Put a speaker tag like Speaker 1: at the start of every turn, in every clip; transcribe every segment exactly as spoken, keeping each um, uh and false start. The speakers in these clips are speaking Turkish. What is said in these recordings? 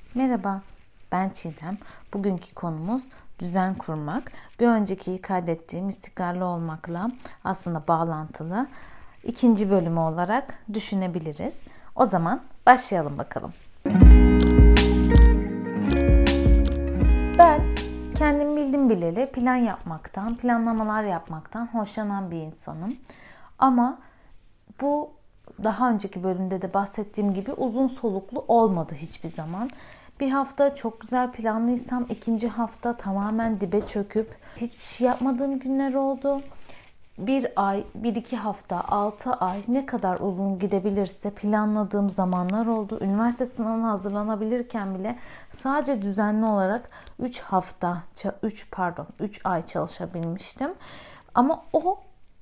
Speaker 1: Merhaba, ben Çiğdem. Bugünkü konumuz düzen kurmak. Bir önceki kaydettiğim istikrarlı olmakla aslında bağlantılı ikinci bölümü olarak düşünebiliriz. O zaman başlayalım bakalım. Ben kendim bildim bileli plan yapmaktan, planlamalar yapmaktan hoşlanan bir insanım. Ama bu daha önceki bölümde de bahsettiğim gibi uzun soluklu olmadı hiçbir zaman. Bir hafta çok güzel planlıysam ikinci hafta tamamen dibe çöküp hiçbir şey yapmadığım günler oldu. Bir ay, bir iki hafta, altı ay ne kadar uzun gidebilirse planladığım zamanlar oldu. Üniversite sınavına hazırlanabilirken bile sadece düzenli olarak üç hafta, üç pardon üç ay çalışabilmiştim. Ama o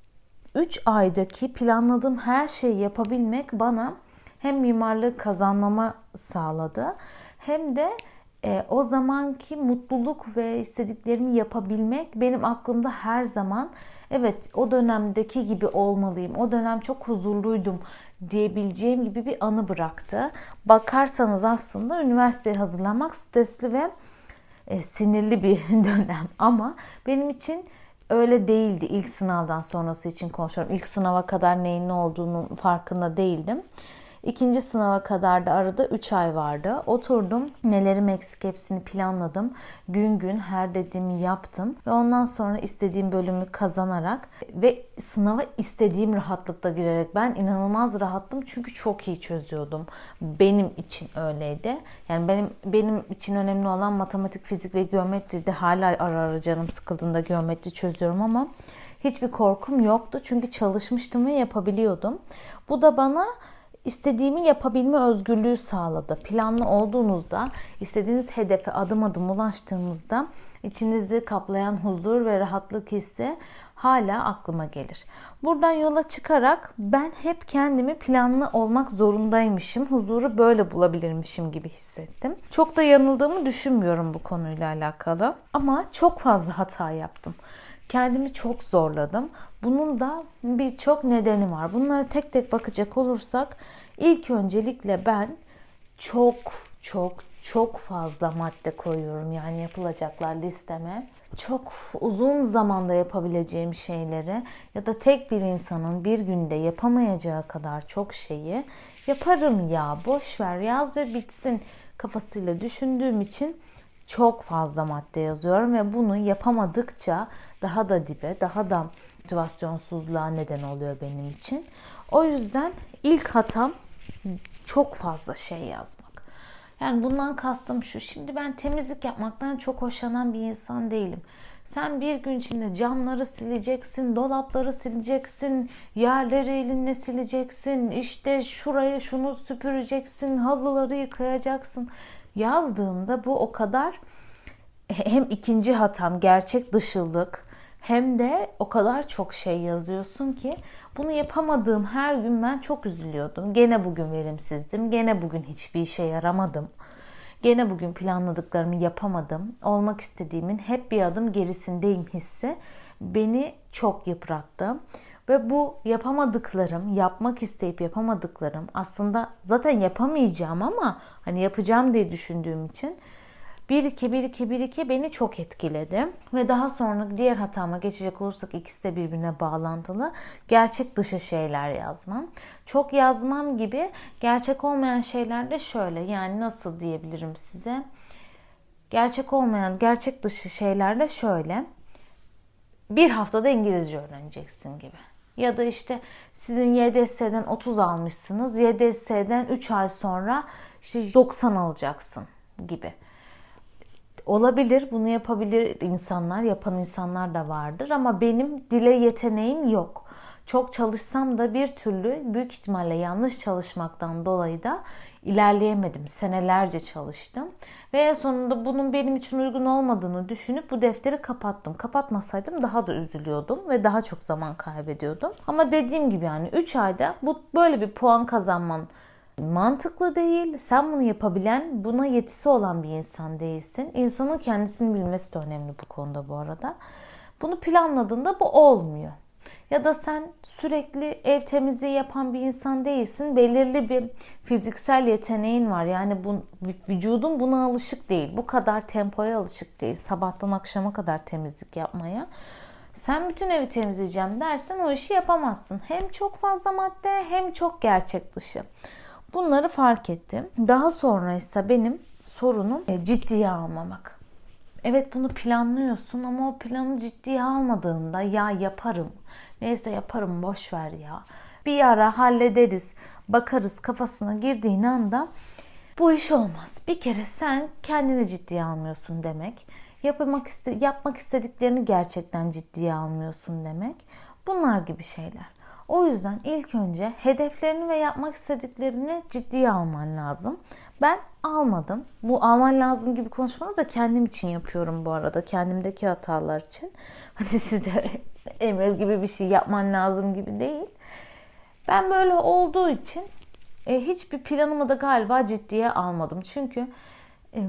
Speaker 1: üç aydaki planladığım her şeyi yapabilmek bana hem mimarlığı kazanmama sağladı hem de e, o zamanki mutluluk ve istediklerimi yapabilmek benim aklımda her zaman evet o dönemdeki gibi olmalıyım, o dönem çok huzurluydum diyebileceğim gibi bir anı bıraktı. Bakarsanız aslında üniversiteye hazırlanmak stresli ve e, sinirli bir dönem ama benim için öyle değildi. İlk sınavdan sonrası için konuşuyorum. İlk sınava kadar neyin ne olduğunun farkında değildim. İkinci sınava kadar da arada üç ay vardı. Oturdum, nelerim eksik hepsini planladım. Gün gün her dediğimi yaptım. Ve ondan sonra istediğim bölümü kazanarak ve sınava istediğim rahatlıkta girerek ben inanılmaz rahattım. Çünkü çok iyi çözüyordum. Benim için öyleydi. Yani benim benim için önemli olan matematik, fizik ve geometride hala ara ara canım sıkıldığında geometri çözüyorum ama hiçbir korkum yoktu. Çünkü çalışmıştım ve yapabiliyordum. Bu da bana İstediğimi yapabilme özgürlüğü sağladı. Planlı olduğunuzda, istediğiniz hedefe adım adım ulaştığınızda içinizi kaplayan huzur ve rahatlık hissi hala aklıma gelir. Buradan yola çıkarak ben hep kendimi planlı olmak zorundaymışım, huzuru böyle bulabilirmişim gibi hissettim. Çok da yanıldığımı düşünmüyorum bu konuyla alakalı. Ama çok fazla hata yaptım. Kendimi çok zorladım. Bunun da birçok nedeni var. Bunlara tek tek bakacak olursak ilk öncelikle ben çok çok çok fazla madde koyuyorum. Yani yapılacaklar listeme. Çok uzun zamanda yapabileceğim şeyleri ya da tek bir insanın bir günde yapamayacağı kadar çok şeyi yaparım ya, boş ver, yaz ve bitsin kafasıyla düşündüğüm için çok fazla madde yazıyorum ve bunu yapamadıkça daha da dibe, daha da motivasyonsuzluğa neden oluyor benim için. O yüzden ilk hatam çok fazla şey yazmak. Yani bundan kastım şu. Şimdi ben temizlik yapmaktan çok hoşlanan bir insan değilim. Sen bir gün içinde camları sileceksin, dolapları sileceksin, yerleri elinle sileceksin, işte şurayı şunu süpüreceksin, halıları yıkayacaksın. Yazdığında bu o kadar hem ikinci hatam gerçek dışılık hem de o kadar çok şey yazıyorsun ki bunu yapamadığım her gün ben çok üzülüyordum. Gene bugün verimsizdim. Gene bugün hiçbir işe yaramadım. Gene bugün planladıklarımı yapamadım. Olmak istediğimin hep bir adım gerisindeyim hissi beni çok yıprattı. Ve bu yapamadıklarım, yapmak isteyip yapamadıklarım aslında zaten yapamayacağım ama hani yapacağım diye düşündüğüm için bir iki bir iki bir iki beni çok etkiledi. Ve daha sonra diğer hatama geçecek olursak ikisi de birbirine bağlantılı. Gerçek dışı şeyler yazmam. Çok yazmam gibi gerçek olmayan şeyler de şöyle. Yani nasıl diyebilirim size? Gerçek olmayan, gerçek dışı şeyler de şöyle. Bir haftada İngilizce öğreneceksin gibi. Ya da işte sizin Y D S'den otuz almışsınız. Y D S'den üç ay sonra işte doksan alacaksın gibi. Olabilir, bunu yapabilir insanlar, yapan insanlar da vardır ama benim dile yeteneğim yok. Çok çalışsam da bir türlü büyük ihtimalle yanlış çalışmaktan dolayı da ilerleyemedim. Senelerce çalıştım ve sonunda bunun benim için uygun olmadığını düşünüp bu defteri kapattım. Kapatmasaydım daha da üzülüyordum ve daha çok zaman kaybediyordum. Ama dediğim gibi yani üç ayda bu böyle bir puan kazanman mantıklı değil. Sen bunu yapabilen, buna yetisi olan bir insan değilsin. İnsanın kendisini bilmesi de önemli bu konuda bu arada. Bunu planladığında bu olmuyor. Ya da sen sürekli ev temizliği yapan bir insan değilsin. Belirli bir fiziksel yeteneğin var. Yani bu, vücudun buna alışık değil. Bu kadar tempoya alışık değil. Sabahtan akşama kadar temizlik yapmaya. Sen bütün evi temizleyeceğim dersen o işi yapamazsın. Hem çok fazla madde hem çok gerçek dışı. Bunları fark ettim. Daha sonra ise benim sorunum ciddiye almamak. Evet, bunu planlıyorsun ama o planı ciddiye almadığında ya yaparım, neyse yaparım, boş ver ya, bir ara hallederiz, bakarız kafasına girdiğin anda bu iş olmaz. Bir kere sen kendini ciddiye almıyorsun demek. Yapmak, iste, yapmak istediklerini gerçekten ciddiye almıyorsun demek. Bunlar gibi şeyler. O yüzden ilk önce hedeflerini ve yapmak istediklerini ciddiye alman lazım. Ben almadım. Bu alman lazım gibi konuşmaları da kendim için yapıyorum bu arada. Kendimdeki hatalar için. Hadi size emir gibi bir şey yapman lazım gibi değil. Ben böyle olduğu için e, hiçbir planımı da galiba ciddiye almadım. Çünkü e,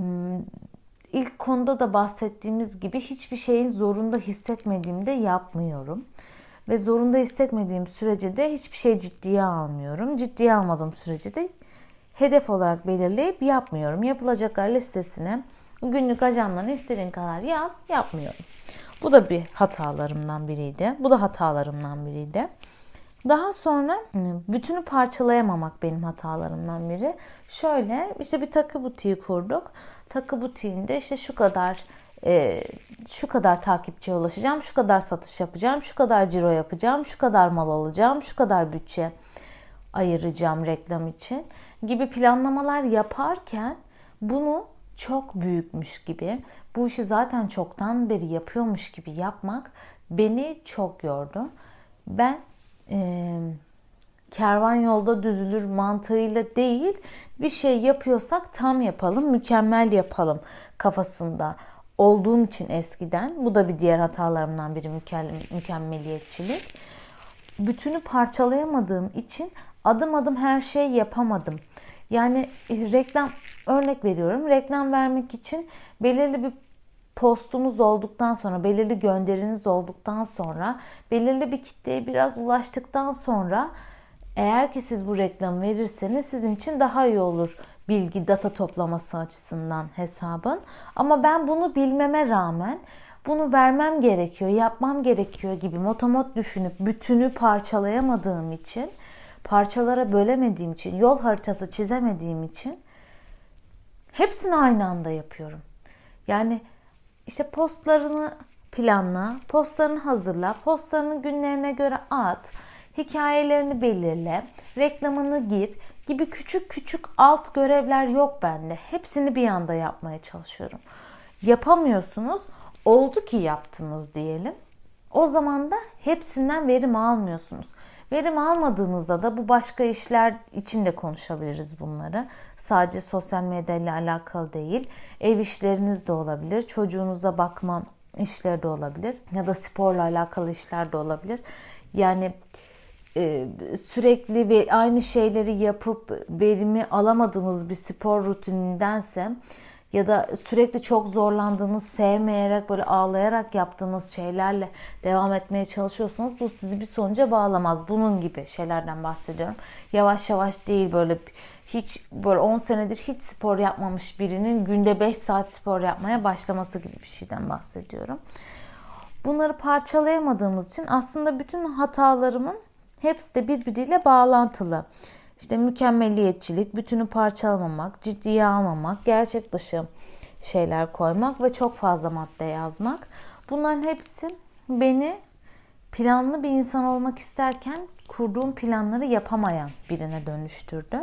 Speaker 1: ilk konuda da bahsettiğimiz gibi hiçbir şeyin zorunda hissetmediğimde yapmıyorum. Ve zorunda hissetmediğim sürece de hiçbir şey ciddiye almıyorum. Ciddiye almadığım sürece de hedef olarak belirleyip yapmıyorum. Yapılacaklar listesine günlük ajandana istediğin kadar yaz, yapmıyorum. Bu da bir hatalarımdan biriydi. Bu da hatalarımdan biriydi. Daha sonra bütünü parçalayamamak benim hatalarımdan biri. Şöyle işte bir takı butiği kurduk. Takı butiğinde işte şu kadar e, şu kadar takipçiye ulaşacağım, şu kadar satış yapacağım, şu kadar ciro yapacağım, şu kadar mal alacağım, şu kadar bütçe ayıracağım reklam için gibi planlamalar yaparken bunu çok büyükmüş gibi, bu işi zaten çoktan beri yapıyormuş gibi yapmak beni çok yordu. Ben e, kervan yolda düzülür mantığıyla değil, bir şey yapıyorsak tam yapalım, mükemmel yapalım kafasında olduğum için eskiden, bu da bir diğer hatalarımdan biri, mükemmeliyetçilik. Bütünü parçalayamadığım için adım adım her şeyi yapamadım. Yani reklam, örnek veriyorum, reklam vermek için belirli bir postunuz olduktan sonra, belirli gönderiniz olduktan sonra, belirli bir kitleye biraz ulaştıktan sonra eğer ki siz bu reklamı verirseniz sizin için daha iyi olur bilgi, data toplaması açısından hesabın. Ama ben bunu bilmeme rağmen bunu vermem gerekiyor, yapmam gerekiyor gibi motomot düşünüp bütünü parçalayamadığım için, parçalara bölemediğim için, yol haritası çizemediğim için hepsini aynı anda yapıyorum. Yani işte postlarını planla, postlarını hazırla, postlarını günlerine göre at, hikayelerini belirle, reklamını gir gibi küçük küçük alt görevler yok bende. Hepsini bir anda yapmaya çalışıyorum. Yapamıyorsunuz, oldu ki yaptınız diyelim. O zaman da hepsinden verim almıyorsunuz. Verim almadığınızda da bu başka işler için de konuşabiliriz bunları. Sadece sosyal medya ile alakalı değil. Ev işleriniz de olabilir. Çocuğunuza bakma işleri de olabilir. Ya da sporla alakalı işler de olabilir. Yani e, sürekli ve aynı şeyleri yapıp verimi alamadığınız bir spor rutinindense ya da sürekli çok zorlandığınız, sevmeyerek, böyle ağlayarak yaptığınız şeylerle devam etmeye çalışıyorsunuz. Bu sizi bir sonuca bağlamaz. Bunun gibi şeylerden bahsediyorum. Yavaş yavaş değil, böyle hiç böyle on senedir hiç spor yapmamış birinin günde beş saat spor yapmaya başlaması gibi bir şeyden bahsediyorum. Bunları parçalayamadığımız için aslında bütün hatalarımın hepsi de birbiriyle bağlantılı. İşte mükemmeliyetçilik, bütünü parçalamamak, ciddiye almamak, gerçek dışı şeyler koymak ve çok fazla madde yazmak. Bunların hepsi beni planlı bir insan olmak isterken kurduğum planları yapamayan birine dönüştürdü.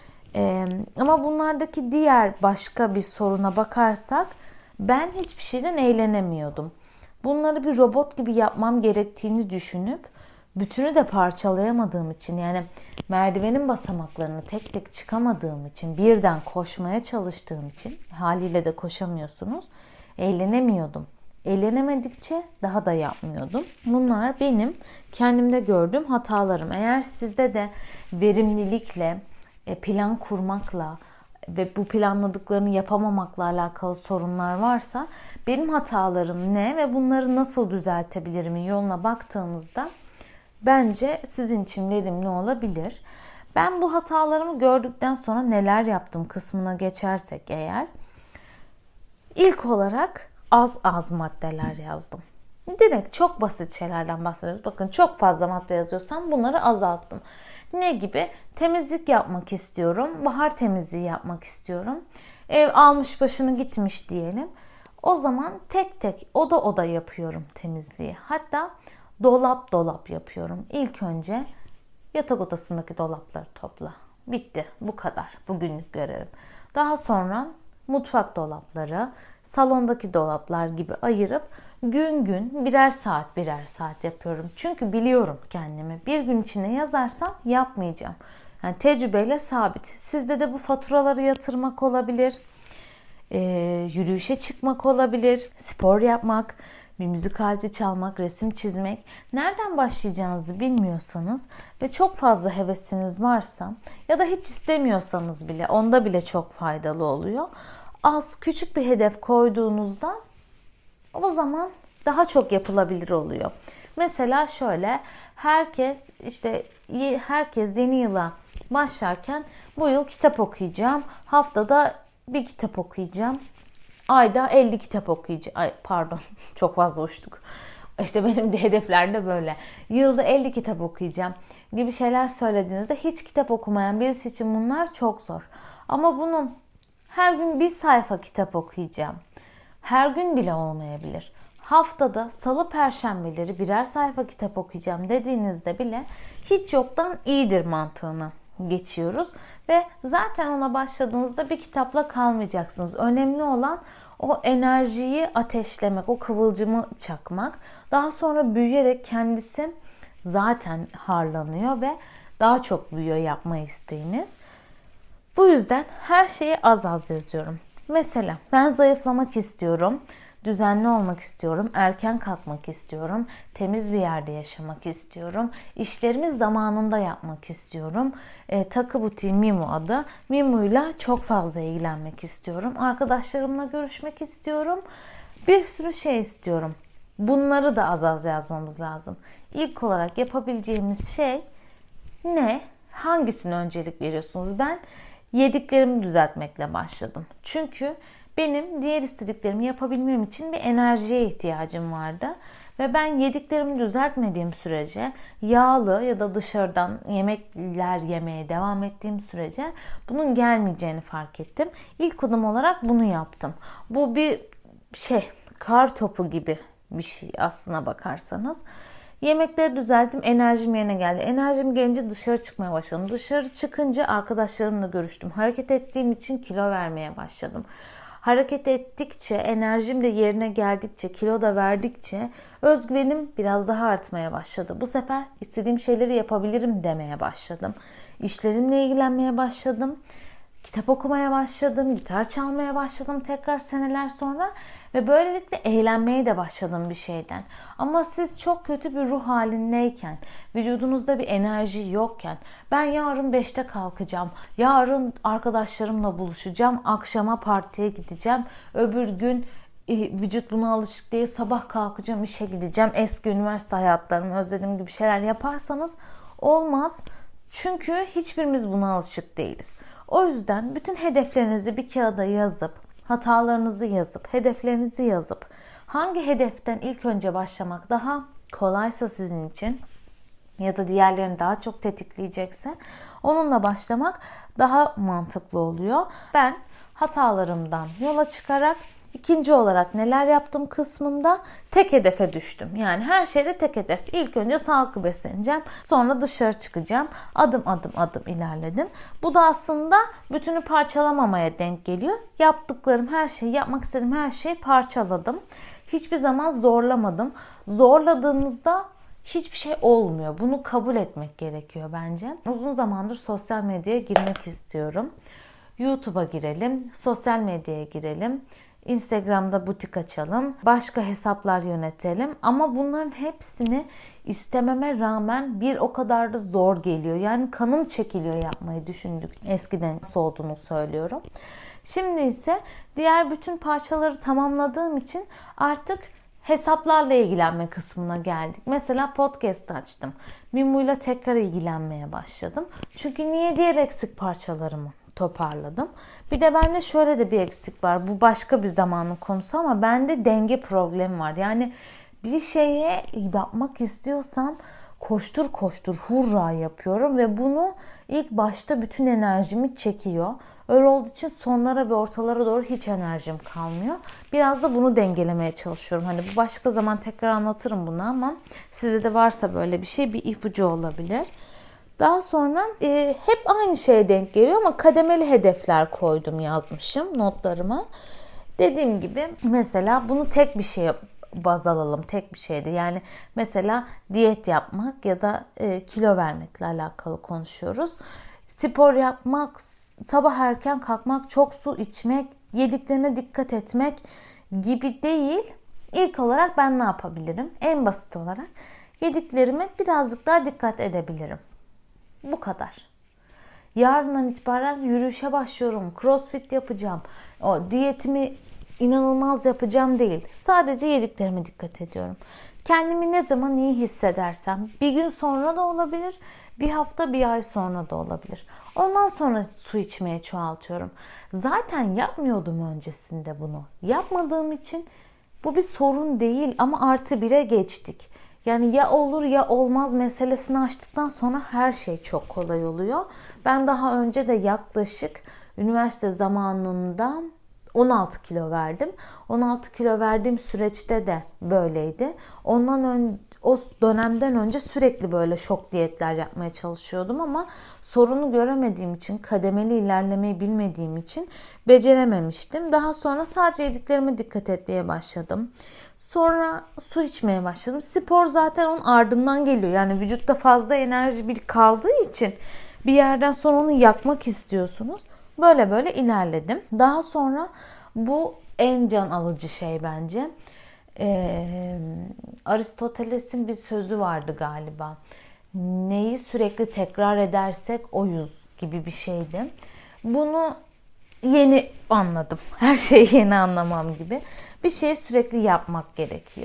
Speaker 1: Ee, ama bunlardaki diğer başka bir soruna bakarsak ben hiçbir şeyden eğlenemiyordum. Bunları bir robot gibi yapmam gerektiğini düşünüp bütünü de parçalayamadığım için, yani merdivenin basamaklarını tek tek çıkamadığım için, birden koşmaya çalıştığım için, haliyle de koşamıyorsunuz, eğlenemiyordum. Eğlenemedikçe daha da yapmıyordum. Bunlar benim kendimde gördüğüm hatalarım. Eğer sizde de verimlilikle, plan kurmakla ve bu planladıklarını yapamamakla alakalı sorunlar varsa, benim hatalarım ne ve bunları nasıl düzeltebilirim yoluna baktığınızda bence sizin için verimli olabilir. Ben bu hatalarımı gördükten sonra neler yaptım kısmına geçersek eğer, ilk olarak az az maddeler yazdım. Direkt çok basit şeylerden bahsediyoruz. Bakın çok fazla madde yazıyorsam bunları azalttım. Ne gibi? Temizlik yapmak istiyorum. Bahar temizliği yapmak istiyorum. Ev almış başını gitmiş diyelim. O zaman tek tek oda oda yapıyorum temizliği. Hatta dolap dolap yapıyorum. İlk önce yatak odasındaki dolapları topla. Bitti. Bu kadar. Bugünlük görevim. Daha sonra mutfak dolapları, salondaki dolaplar gibi ayırıp gün gün birer saat birer saat yapıyorum. Çünkü biliyorum kendimi. Bir gün içinde yazarsam yapmayacağım. Yani tecrübeyle sabit. Sizde de bu faturaları yatırmak olabilir. Ee, yürüyüşe çıkmak olabilir. Spor yapmak, bir müzik aleti çalmak, resim çizmek. Nereden başlayacağınızı bilmiyorsanız ve çok fazla hevesiniz varsa ya da hiç istemiyorsanız bile, onda bile çok faydalı oluyor. Az küçük bir hedef koyduğunuzda o zaman daha çok yapılabilir oluyor. Mesela şöyle, herkes işte herkes yeni yıla başlarken bu yıl kitap okuyacağım. Haftada bir kitap okuyacağım. Ayda elli kitap okuyacağım. Ay, pardon çok fazla uçtuk. İşte benim de hedeflerim böyle. Yılda elli kitap okuyacağım gibi şeyler söylediğinizde hiç kitap okumayan birisi için bunlar çok zor. Ama bunu her gün bir sayfa kitap okuyacağım. Her gün bile olmayabilir. Haftada salı perşembeleri birer sayfa kitap okuyacağım dediğinizde bile hiç yoktan iyidir mantığına geçiyoruz. Ve zaten ona başladığınızda bir kitapla kalmayacaksınız. Önemli olan o enerjiyi ateşlemek, o kıvılcımı çakmak. Daha sonra büyüyerek kendisi zaten harlanıyor ve daha çok büyüyor yapma isteğiniz. Bu yüzden her şeyi az az yazıyorum. Mesela ben zayıflamak istiyorum, düzenli olmak istiyorum, erken kalkmak istiyorum, temiz bir yerde yaşamak istiyorum, işlerimi zamanında yapmak istiyorum. E, takı butiği Mimu adı. Mimu'yla çok fazla ilgilenmek istiyorum. Arkadaşlarımla görüşmek istiyorum. Bir sürü şey istiyorum. Bunları da az az yazmamız lazım. İlk olarak yapabileceğimiz şey ne? Hangisine öncelik veriyorsunuz? Ben yediklerimi düzeltmekle başladım. Çünkü benim diğer istediklerimi yapabilmem için bir enerjiye ihtiyacım vardı. Ve ben yediklerimi düzeltmediğim sürece, yağlı ya da dışarıdan yemekler yemeye devam ettiğim sürece bunun gelmeyeceğini fark ettim. İlk adım olarak bunu yaptım. Bu bir şey, kar topu gibi bir şey aslına bakarsanız. Yemekleri düzelttim, enerjim yerine geldi. Enerjim gelince dışarı çıkmaya başladım. Dışarı çıkınca arkadaşlarımla görüştüm. Hareket ettiğim için kilo vermeye başladım. Hareket ettikçe, enerjim de yerine geldikçe, kilo da verdikçe özgüvenim biraz daha artmaya başladı. Bu sefer istediğim şeyleri yapabilirim demeye başladım. İşlerimle ilgilenmeye başladım. Kitap okumaya başladım, gitar çalmaya başladım tekrar seneler sonra ve böylelikle eğlenmeye de başladım bir şeyden. Ama siz çok kötü bir ruh halindeyken, vücudunuzda bir enerji yokken, ben yarın beşte kalkacağım, yarın arkadaşlarımla buluşacağım, akşama partiye gideceğim, öbür gün vücut buna alışık değil, sabah kalkacağım, işe gideceğim, eski üniversite hayatlarımı özlediğim gibi şeyler yaparsanız olmaz. Çünkü hiçbirimiz buna alışık değiliz. O yüzden bütün hedeflerinizi bir kağıda yazıp, hatalarınızı yazıp, hedeflerinizi yazıp, hangi hedeften ilk önce başlamak daha kolaysa sizin için ya da diğerlerini daha çok tetikleyecekse onunla başlamak daha mantıklı oluyor. Ben hatalarımdan yola çıkarak İkinci olarak neler yaptım kısmında tek hedefe düştüm. Yani her şeyde tek hedef. İlk önce sağlıklı besleneceğim. Sonra dışarı çıkacağım. Adım adım adım ilerledim. Bu da aslında bütünü parçalamamaya denk geliyor. Yaptıklarım her şeyi, yapmak istediğim her şeyi parçaladım. Hiçbir zaman zorlamadım. Zorladığınızda hiçbir şey olmuyor. Bunu kabul etmek gerekiyor bence. Uzun zamandır sosyal medyaya girmek istiyorum. YouTube'a girelim, sosyal medyaya girelim. Instagram'da butik açalım, başka hesaplar yönetelim ama bunların hepsini istememe rağmen bir o kadar da zor geliyor. Yani kanım çekiliyor yapmayı düşündük. Eskiden nasıl olduğunu söylüyorum. Şimdi ise diğer bütün parçaları tamamladığım için artık hesaplarla ilgilenme kısmına geldik. Mesela podcast açtım. Mimo'yla tekrar ilgilenmeye başladım. Çünkü niye diğer eksik parçalarımı toparladım. Bir de bende şöyle de bir eksik var. Bu başka bir zamanın konusu ama bende denge problemi var. Yani bir şeye yapmak istiyorsam koştur koştur hurra yapıyorum ve bunu ilk başta bütün enerjimi çekiyor. Öyle olduğu için sonlara ve ortalara doğru hiç enerjim kalmıyor. Biraz da bunu dengelemeye çalışıyorum. Hani bu başka zaman tekrar anlatırım bunu ama sizde de varsa böyle bir şey, bir ipucu olabilir. Daha sonra e, hep aynı şeye denk geliyor ama kademeli hedefler koydum, yazmışım notlarıma. Dediğim gibi mesela bunu tek bir şeye baz alalım, tek bir şeydi. Yani mesela diyet yapmak ya da e, kilo vermekle alakalı konuşuyoruz. Spor yapmak, sabah erken kalkmak, çok su içmek, yediklerine dikkat etmek gibi değil. İlk olarak ben ne yapabilirim? En basit olarak yediklerime birazcık daha dikkat edebilirim. Bu kadar. Yarından itibaren yürüyüşe başlıyorum. Crossfit yapacağım. O diyetimi inanılmaz yapacağım değil. Sadece yediklerime dikkat ediyorum. Kendimi ne zaman iyi hissedersem, bir gün sonra da olabilir, bir hafta, bir ay sonra da olabilir. Ondan sonra su içmeye çoğaltıyorum. Zaten yapmıyordum öncesinde bunu. Yapmadığım için bu bir sorun değil ama artı bire geçtik. Yani ya olur ya olmaz meselesini açtıktan sonra her şey çok kolay oluyor. Ben daha önce de yaklaşık üniversite zamanında on altı kilo verdim. on altı kilo verdiğim süreçte de böyleydi. Ondan önce, o dönemden önce sürekli böyle şok diyetler yapmaya çalışıyordum ama sorunu göremediğim için, kademeli ilerlemeyi bilmediğim için becerememiştim. Daha sonra sadece yediklerime dikkat etmeye başladım. Sonra su içmeye başladım. Spor zaten onun ardından geliyor. Yani vücutta fazla enerji bir kaldığı için bir yerden sonra onu yakmak istiyorsunuz. Böyle böyle ilerledim. Daha sonra bu en can alıcı şey bence. Ee, Aristoteles'in bir sözü vardı galiba. Neyi sürekli tekrar edersek oyuz gibi bir şeydi. Bunu yeni anladım. Her şeyi yeni anlamam gibi. Bir şeyi sürekli yapmak gerekiyor.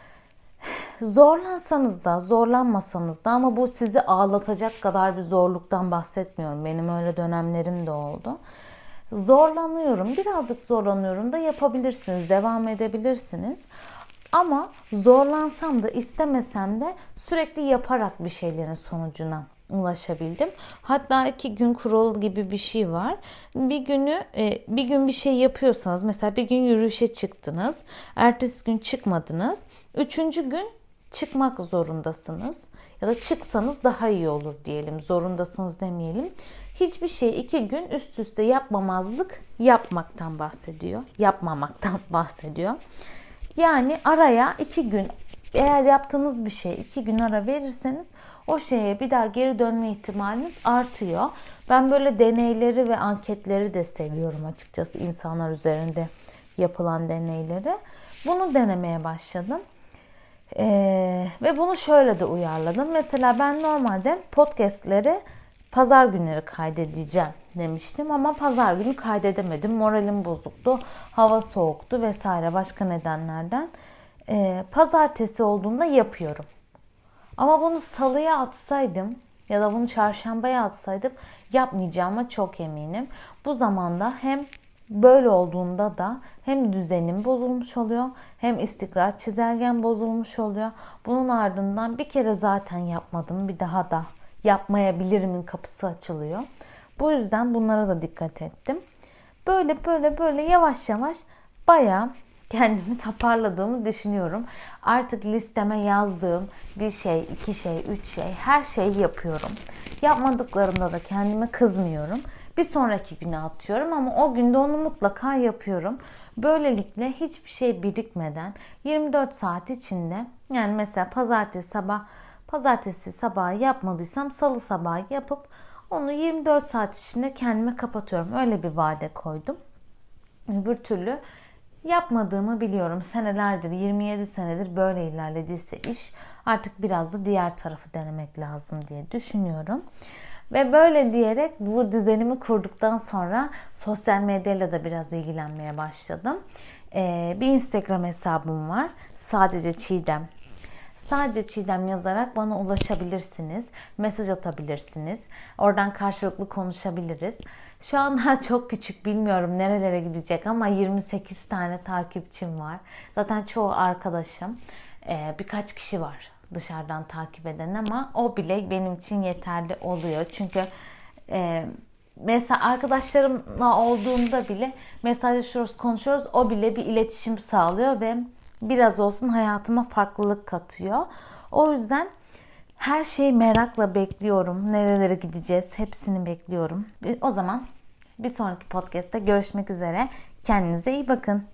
Speaker 1: Zorlansanız da, zorlanmasanız da ama bu sizi ağlatacak kadar bir zorluktan bahsetmiyorum. Benim öyle dönemlerim de oldu. Zorlanıyorum, birazcık zorlanıyorum da yapabilirsiniz, devam edebilirsiniz. Ama zorlansam da istemesem de sürekli yaparak bir şeylerin sonucuna ulaşabildim. Hatta iki gün kuralı gibi bir şey var. Bir günü bir gün bir şey yapıyorsanız, mesela bir gün yürüyüşe çıktınız, ertesi gün çıkmadınız, üçüncü gün çıkmak zorundasınız. Ya da çıksanız daha iyi olur diyelim. Zorundasınız demeyelim. Hiçbir şey iki gün üst üste yapmamazlık yapmaktan bahsediyor. Yapmamaktan bahsediyor. Yani araya iki gün, eğer yaptığınız bir şey iki gün ara verirseniz o şeye bir daha geri dönme ihtimaliniz artıyor. Ben böyle deneyleri ve anketleri de seviyorum açıkçası, insanlar üzerinde yapılan deneyleri. Bunu denemeye başladım. Ee, ve bunu şöyle de uyarladım. Mesela ben normalde podcastleri pazar günleri kaydedeceğim demiştim ama pazar günü kaydedemedim. Moralim bozuktu, hava soğuktu vesaire başka nedenlerden. Ee, pazartesi olduğunda yapıyorum. Ama bunu salıya atsaydım ya da bunu çarşambaya atsaydım yapmayacağıma çok eminim. Bu zamanda hem böyle olduğunda da hem düzenim bozulmuş oluyor, hem istikrar çizelgem bozulmuş oluyor. Bunun ardından bir kere zaten yapmadım, bir daha da yapmayabilirimin kapısı açılıyor. Bu yüzden bunlara da dikkat ettim. Böyle böyle böyle yavaş yavaş bayağı kendimi toparladığımı düşünüyorum. Artık listeme yazdığım bir şey, iki şey, üç şey, her şeyi yapıyorum. Yapmadıklarımda da kendime kızmıyorum. Bir sonraki güne atıyorum ama o günde onu mutlaka yapıyorum. Böylelikle hiçbir şey birikmeden yirmi dört saat içinde, yani mesela pazartesi sabah pazartesi sabahı yapmadıysam salı sabahı yapıp onu yirmi dört saat içinde kendime kapatıyorum. Öyle bir vade koydum. Öbür türlü yapmadığımı biliyorum. Senelerdir, yirmi yedi senedir böyle ilerlediyse iş, artık biraz da diğer tarafı denemek lazım diye düşünüyorum. Ve böyle diyerek bu düzenimi kurduktan sonra sosyal medyayla da biraz ilgilenmeye başladım. Ee, bir Instagram hesabım var. Sadece Çiğdem. Sadece Çiğdem yazarak bana ulaşabilirsiniz. Mesaj atabilirsiniz. Oradan karşılıklı konuşabiliriz. Şu an daha çok küçük, bilmiyorum nerelere gidecek ama yirmi sekiz tane takipçim var. Zaten çoğu arkadaşım. Ee, birkaç kişi var dışarıdan takip eden ama o bile benim için yeterli oluyor. Çünkü e, mesela arkadaşlarımla olduğumda bile mesajlaşıyoruz, konuşuyoruz. O bile bir iletişim sağlıyor ve biraz olsun hayatıma farklılık katıyor. O yüzden her şeyi merakla bekliyorum. Nerelere gideceğiz hepsini bekliyorum. O zaman bir sonraki podcast'te görüşmek üzere. Kendinize iyi bakın.